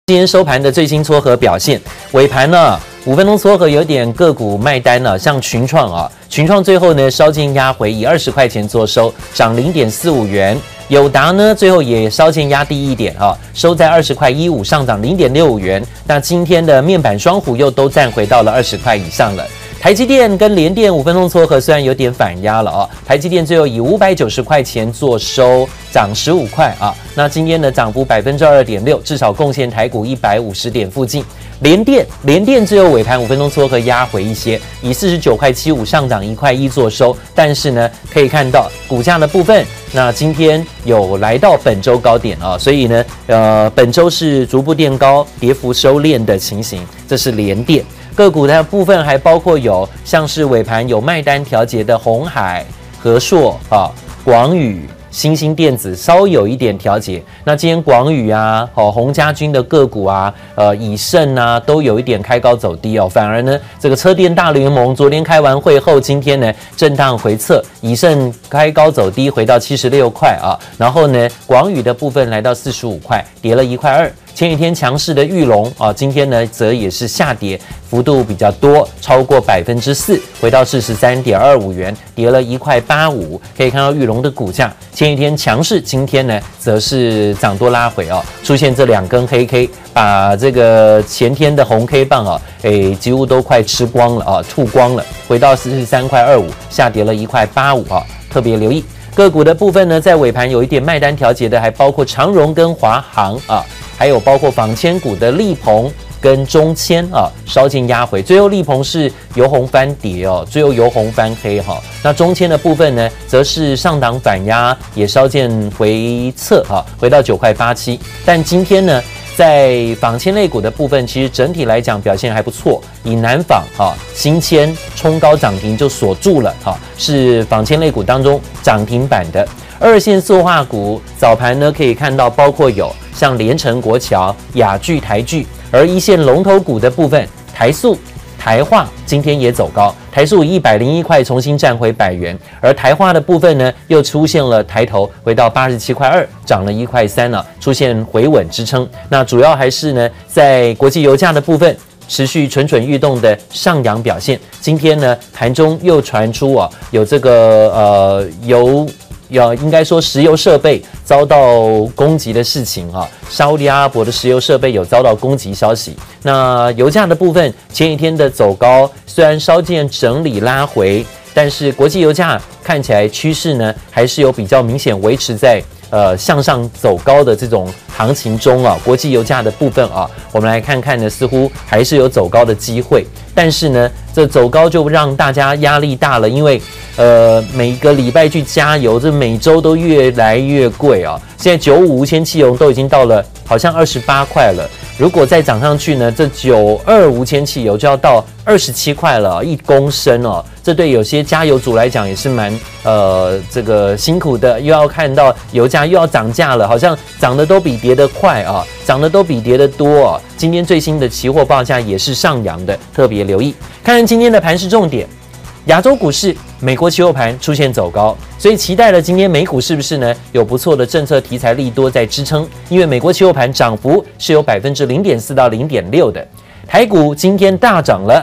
今天收盘的最新撮合表现，尾盘呢，5分钟撮合有点个股卖单了，像群创啊，群创最后呢稍见压回，以20块钱做收，涨0.45元。友达呢最后也稍见压低一点啊，收在20块15，上涨0.65元。那今天的面板双虎又都站回到了20块以上了。台积电跟联电5分钟撮合虽然有点反压了啊，台积电最后以590块钱做收，涨15块啊。那今天的涨幅2.6%，至少贡献台股150点附近。联电最后尾盘5分钟撮合压回一些，以49块75上涨1块1做收。但是呢，可以看到股价的部分，那今天有来到本周高点啊，所以呢，本周是逐步垫高，跌幅收敛的情形，这是联电。个股的部分还包括有像是尾盘有卖单调节的鸿海、和硕啊、广宇、新兴电子稍有一点调节。那今天广宇啊、鸿家军的个股啊、以盛啊都有一点开高走低哦。反而呢，这个车电大联盟昨天开完会后，今天呢震荡回测，以盛开高走低，回到76块啊。然后呢，广宇的部分来到45块，跌了1块2。前几天强势的裕隆啊，今天呢则也是下跌，幅度比较多，超过4%，回到43.25元，跌了1块85。可以看到裕隆的股价前几天强势，今天呢则是涨多拉回哦，出现这2根黑 K， 把这个前天的红 K 棒啊，几乎都快吃光了啊，吐光了，回到43块25，下跌了1块85啊，特别留意。个股的部分呢，在尾盘有一点卖单调节的，还包括长荣跟华航啊。还有包括纺纤股的立鹏跟中签啊，稍见压回，最后立鹏是由红翻跌哦，最后由红翻黑哈。那中签的部分呢，则是上档反压，也稍见回撤啊，回到9块87。但今天呢，在纺纤类股的部分，其实整体来讲表现还不错，以南纺新签冲高涨停就锁住了哈，是纺纤类股当中涨停板的。二线塑化股早盘呢可以看到，包括有像联成、国桥、亚聚、台聚，而一线龙头股的部分，台塑、台化今天也走高，台塑以101块重新站回100元，而台化的部分呢又出现了抬头，回到87块2，涨了1块3了，出现回稳支撑。那主要还是呢在国际油价的部分，持续蠢蠢欲动的上扬表现。今天呢盘中又传出有这个应该说石油设备遭到攻击的事情啊，沙烏地阿拉伯的石油设备有遭到攻击消息。那油价的部分前几天的走高虽然稍见整理拉回，但是国际油价看起来趋势呢还是有比较明显维持在向上走高的这种行情中啊。国际油价的部分啊，我们来看看呢，似乎还是有走高的机会，但是呢这走高就让大家压力大了，因为每个礼拜去加油，这每周都越来越贵啊。现在95无铅汽油都已经到了好像28块了，如果再涨上去呢，这92无铅汽油就要到27块了，1公升哦。这对有些加油主来讲也是蛮这个辛苦的，又要看到油价又要涨价了，好像涨得都比跌得快啊，涨得都比跌得多啊。今天最新的期货报价也是上扬的，特别留意。看看今天的盘势重点。亚洲股市，美国期货盘出现走高，所以期待了今天美股是不是呢有不错的政策题材利多在支撑？因为美国期货盘涨幅是有0.4%到0.6%的。台股今天大涨了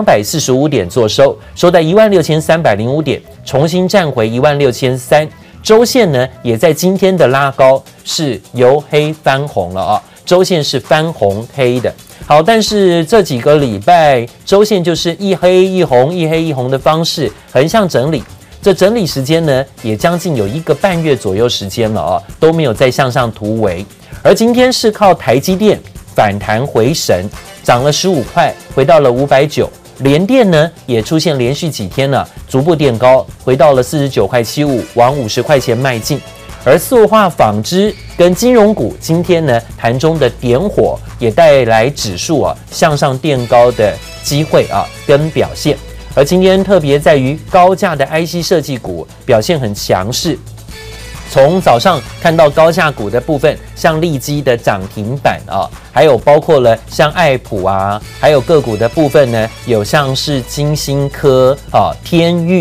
245点做收，收在16305点，重新站回16300。周线呢也在今天的拉高是由黑翻红了啊，周线是翻红黑的。好，但是这几个礼拜周线就是一黑一红一黑一红的方式横向整理，这整理时间呢也将近有1个半月左右时间了啊，都没有再向上突围。而今天是靠台积电反弹回神，涨了15块，回到了590。联电呢也出现连续几天了逐步垫高，回到了49块75，往50块钱迈进。而塑化、纺织跟金融股今天呢盘中的点火，也带来指数向上垫高的机会跟表现。而今天特别在于高价的 IC 设计股表现很强势。从早上看到高价股的部分，像利基的涨停板还有包括了像爱普还有个股的部分呢，有像是金星科天钰。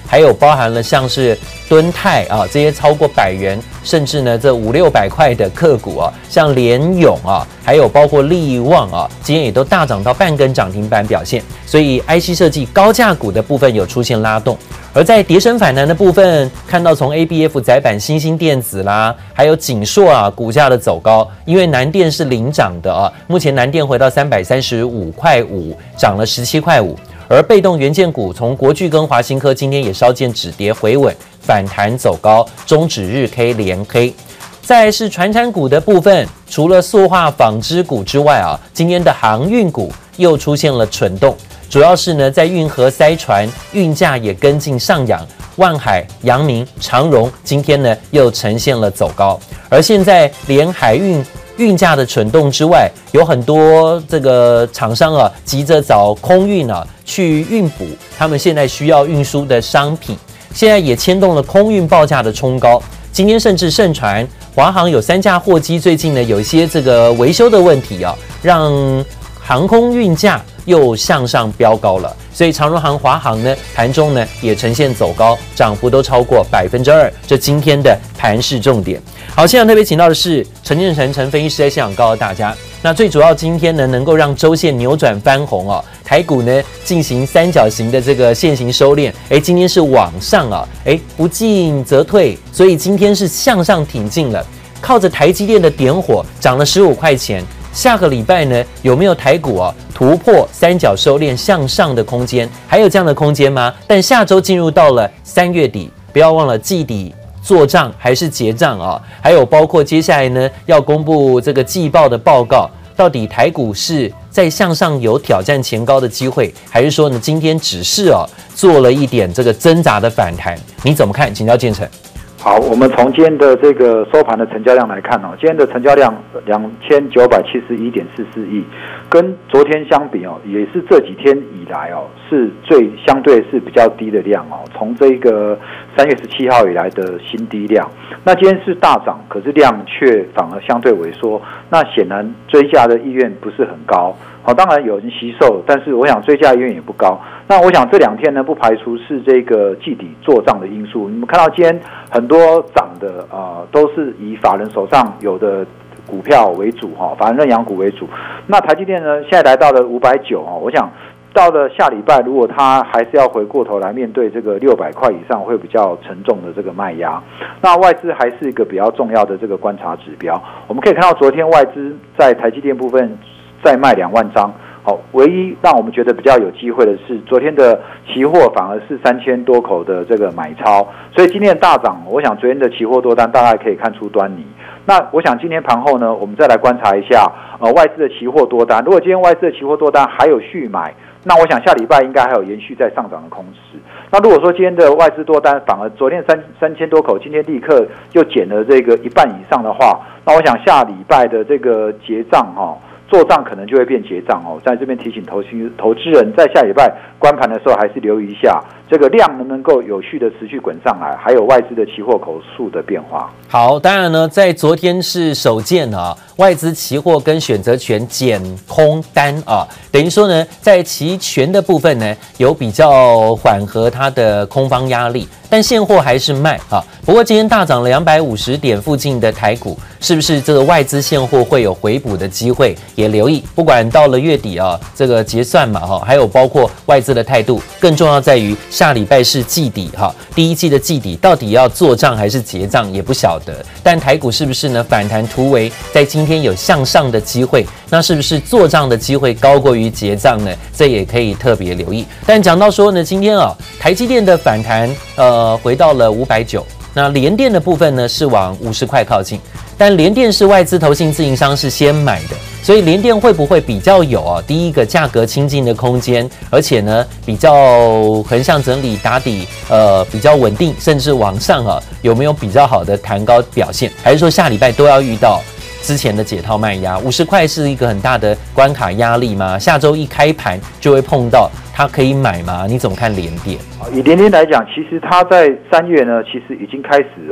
还有包含了像是敦泰啊这些超过100元，甚至呢这500-600块的个股啊，像联咏啊，还有包括力旺啊，今天也都大涨到半根涨停板表现。所以 IC 设计高价股的部分有出现拉动。而在跌升反弹的部分，看到从 ABF 载板、新兴电子啦，还有景硕啊，股价的走高，因为南电是领涨的啊，目前南电回到335.5块，涨了17.5块。而被动元件股从国巨跟华新科今天也稍见止跌回稳，反弹走高，中指日 K 连黑。再来是传产股的部分，除了塑化纺织股之外啊，今天的航运股又出现了蠢动。主要是呢，在运河塞船，运价也跟进上扬，万海、阳明、长荣今天呢又呈现了走高。而现在连海运价的蠢动之外，有很多这个厂商啊，急着找空运啊去运补他们现在需要运输的商品，现在也牵动了空运报价的冲高。今天甚至盛传华航有3架货机最近呢有一些这个维修的问题啊，让航空运价又向上飙高了，所以长荣航、华航呢盘中呢也呈现走高，涨幅都超过2%，这今天的盘势重点。好，现场特别请到的是陈建成陈分析师在现场告诉大家，那最主要今天呢能够让周线扭转翻红哦，台股呢进行三角形的这个线型收敛，今天是往上啊，不进则退，所以今天是向上挺进了，靠着台积电的点火涨了15块钱。下个礼拜呢，有没有台股啊突破三角收敛向上的空间？还有这样的空间吗？但下周进入到了3月底，不要忘了季底做账还是结账啊？还有包括接下来呢要公布这个季报的报告，到底台股是在向上有挑战前高的机会，还是说呢今天只是做了一点这个挣扎的反弹？你怎么看？请教建成。 好，我们从今天的这个收盘的成交量来看今天的成交量2971.44亿，跟昨天相比也是这几天以来是相对是比较低的量从这个3月17号以来的新低量。那今天是大涨，可是量却反而相对萎缩，那显然追价的意愿不是很高。当然有人惜售，但是我想追价意愿也不高。那我想这2天呢，不排除是这个季底做账的因素。你们看到今天很多涨的都是以法人手上有的股票为主法人认养股为主。那台积电呢，现在来到了590我想到了下礼拜，如果它还是要回过头来面对这个600块以上，会比较沉重的这个卖压。那外资还是一个比较重要的这个观察指标。我们可以看到昨天外资在台积电部分再卖2万张。唯一让我们觉得比较有机会的是，昨天的期货反而是3000多口的这个买超，所以今天的大涨，我想昨天的期货多单大概可以看出端倪。那我想今天盘后呢，我们再来观察一下外资的期货多单。如果今天外资的期货多单还有续买，那我想下礼拜应该还有延续在上涨的空势。那如果说今天的外资多单反而昨天3000多口，今天立刻又减了这个1半以上的话，那我想下礼拜的这个结账做账可能就会变结账在这边提醒投资人在下礼拜观盘的时候还是留意一下这个量能不能够有序的持续滚上来，还有外资的期货口数的变化。 好，当然呢，在昨天是首见外资期货跟选择权减空单等于说呢，在期权的部分呢有比较缓和它的空方压力，但现货还是卖不过今天大涨了250点附近的台股，是不是这个外资现货会有回补的机会？也留意，不管到了月底这个结算嘛还有包括外资的态度，更重要在于下礼拜是季底第一季的季底到底要做账还是结账也不晓得，但台股是不是呢反弹突围，在今天有向上的机会，那是不是做账的机会高过于结账呢？这也可以特别留意。但讲到说呢，今天台积电的反弹回到了590，那联电的部分呢是往50块靠近，但联电是外资投信自营商是先买的，所以联电会不会比较有第一个价格亲近的空间，而且呢比较横向整理打底，比较稳定，甚至往上有没有比较好的弹高表现？还是说下礼拜都要遇到之前的解套卖压？50块是一个很大的关卡压力吗？下周一开盘就会碰到，它可以买吗？你怎么看联电？ 以联电来讲，其实它在3月呢，其实已经开始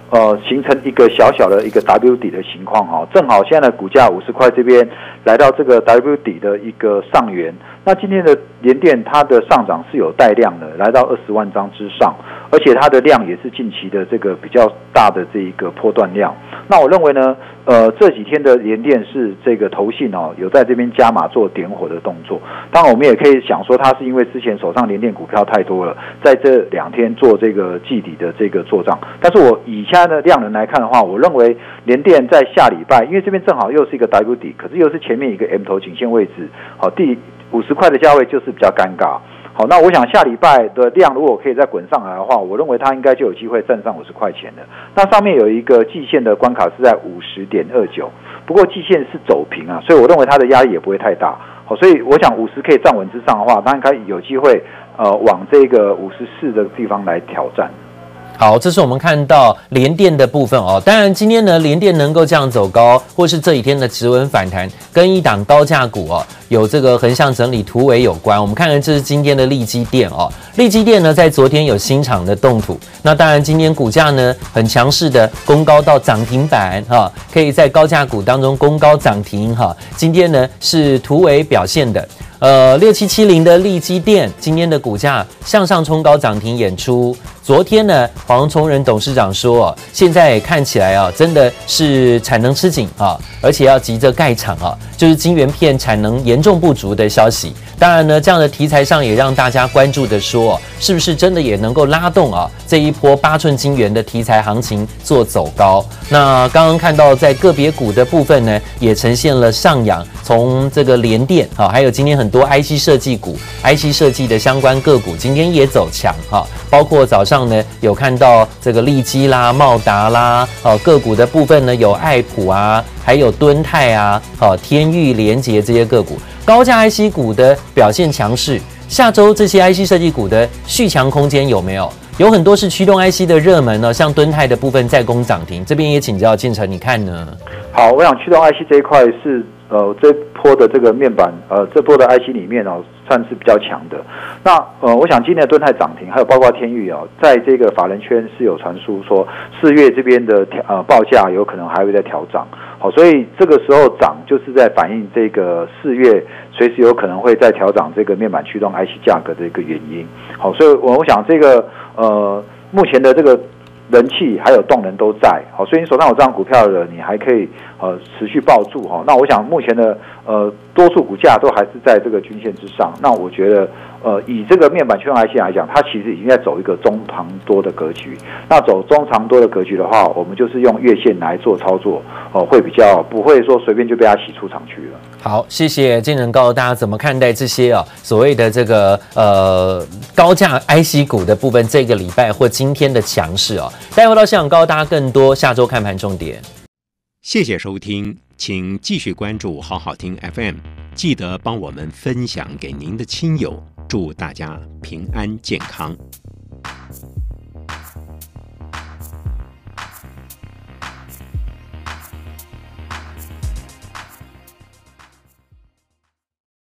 形成一个小小的一个 W 底的情况哈，正好现在的股价50块这边来到这个 W 底的一个上缘。那今天的联电它的上涨是有带量的，来到20万张之上，而且它的量也是近期的这个比较大的这一个波段量。那我认为呢，这几天的联电是这个投信有在这边加码做点火的动作。当然我们也可以想说，它是因为之前手上联电股票太多了，在这2天做这个季底的这个做账。但是我以现在的量能来看的话，我认为联电在下礼拜，因为这边正好又是一个 W 底，可是又是前面一个 M 头颈线位置，好，第50块的价位就是比较尴尬。好，那我想下礼拜的量如果可以再滚上来的话，我认为它应该就有机会站上50块钱的。那上面有一个季线的关卡是在50.29，不过季线是走平啊，所以我认为它的压力也不会太大。好，所以我想50可以站稳之上的话，它应该有机会往这个54的地方来挑战。 好，这是我们看到联电的部分哦。当然，今天呢，联电能够这样走高，或是这几天的止稳反弹，跟一档高价股哦，有这个横向整理突围有关。我们看看，这是今天的力积电哦。力积电呢，在昨天有新厂的动土，那当然今天股价呢很强势的攻高到涨停板哈，可以在高价股当中攻高涨停哈。今天呢是突围表现的。6770的力积电今天的股价向上冲高涨停演出。昨天呢，黄崇仁董事长说，现在看起来啊，真的是产能吃紧啊，而且要急着盖厂啊，就是晶圆片产能严重不足的消息。当然呢，这样的题材上也让大家关注的说，是不是真的也能够拉动啊这一波8寸晶圆的题材行情做走高？那刚刚看到在个别股的部分呢，也呈现了上扬，从这个联电啊，还有今天很多 IC 设计股、IC 设计的相关个股，今天也走强哈，包括早上呢有看到这个力积啦、茂达啦，个股的部分呢有爱普啊，还有敦泰啊、天钰、联捷这些个股。高价 IC 股的表现强势，下周这些 IC 设计股的续强空间有没有？有很多是驱动 IC 的热门呢，像敦泰的部分再攻涨停，这边也请教建成，你看呢？ 好，我想驱动 IC 这一块是这波的这个面板这波的 IC 里面算是比较强的。那我想今年的敦泰涨停，还有包括天钰在这个法人圈是有传出说4月这边的报价有可能还会再调涨。好，所以这个时候涨就是在反映这个4月随时有可能会再调涨这个面板驱动 IC 价格的一个原因。好，所以我想这个目前的这个人气还有动能都在，好，所以你手上有这张股票的，你还可以持续抱住哈。那我想目前的多数股价都还是在这个均线之上。那我觉得以这个面板驱动 IC 来讲，它其实已经在走一个中长多的格局。那走中长多的格局的话，我们就是用月线来做操作会比较不会说随便就被它洗出场去了。 好，谢谢建仁告诉大家怎么看待这些所谓的这个高价 IC 股的部分，这个礼拜或今天的强势待会到现场告诉大家更多下周看盘重点。 谢谢收听，请继续关注好好听 FM， 记得帮我们分享给您的亲友，祝大家平安健康。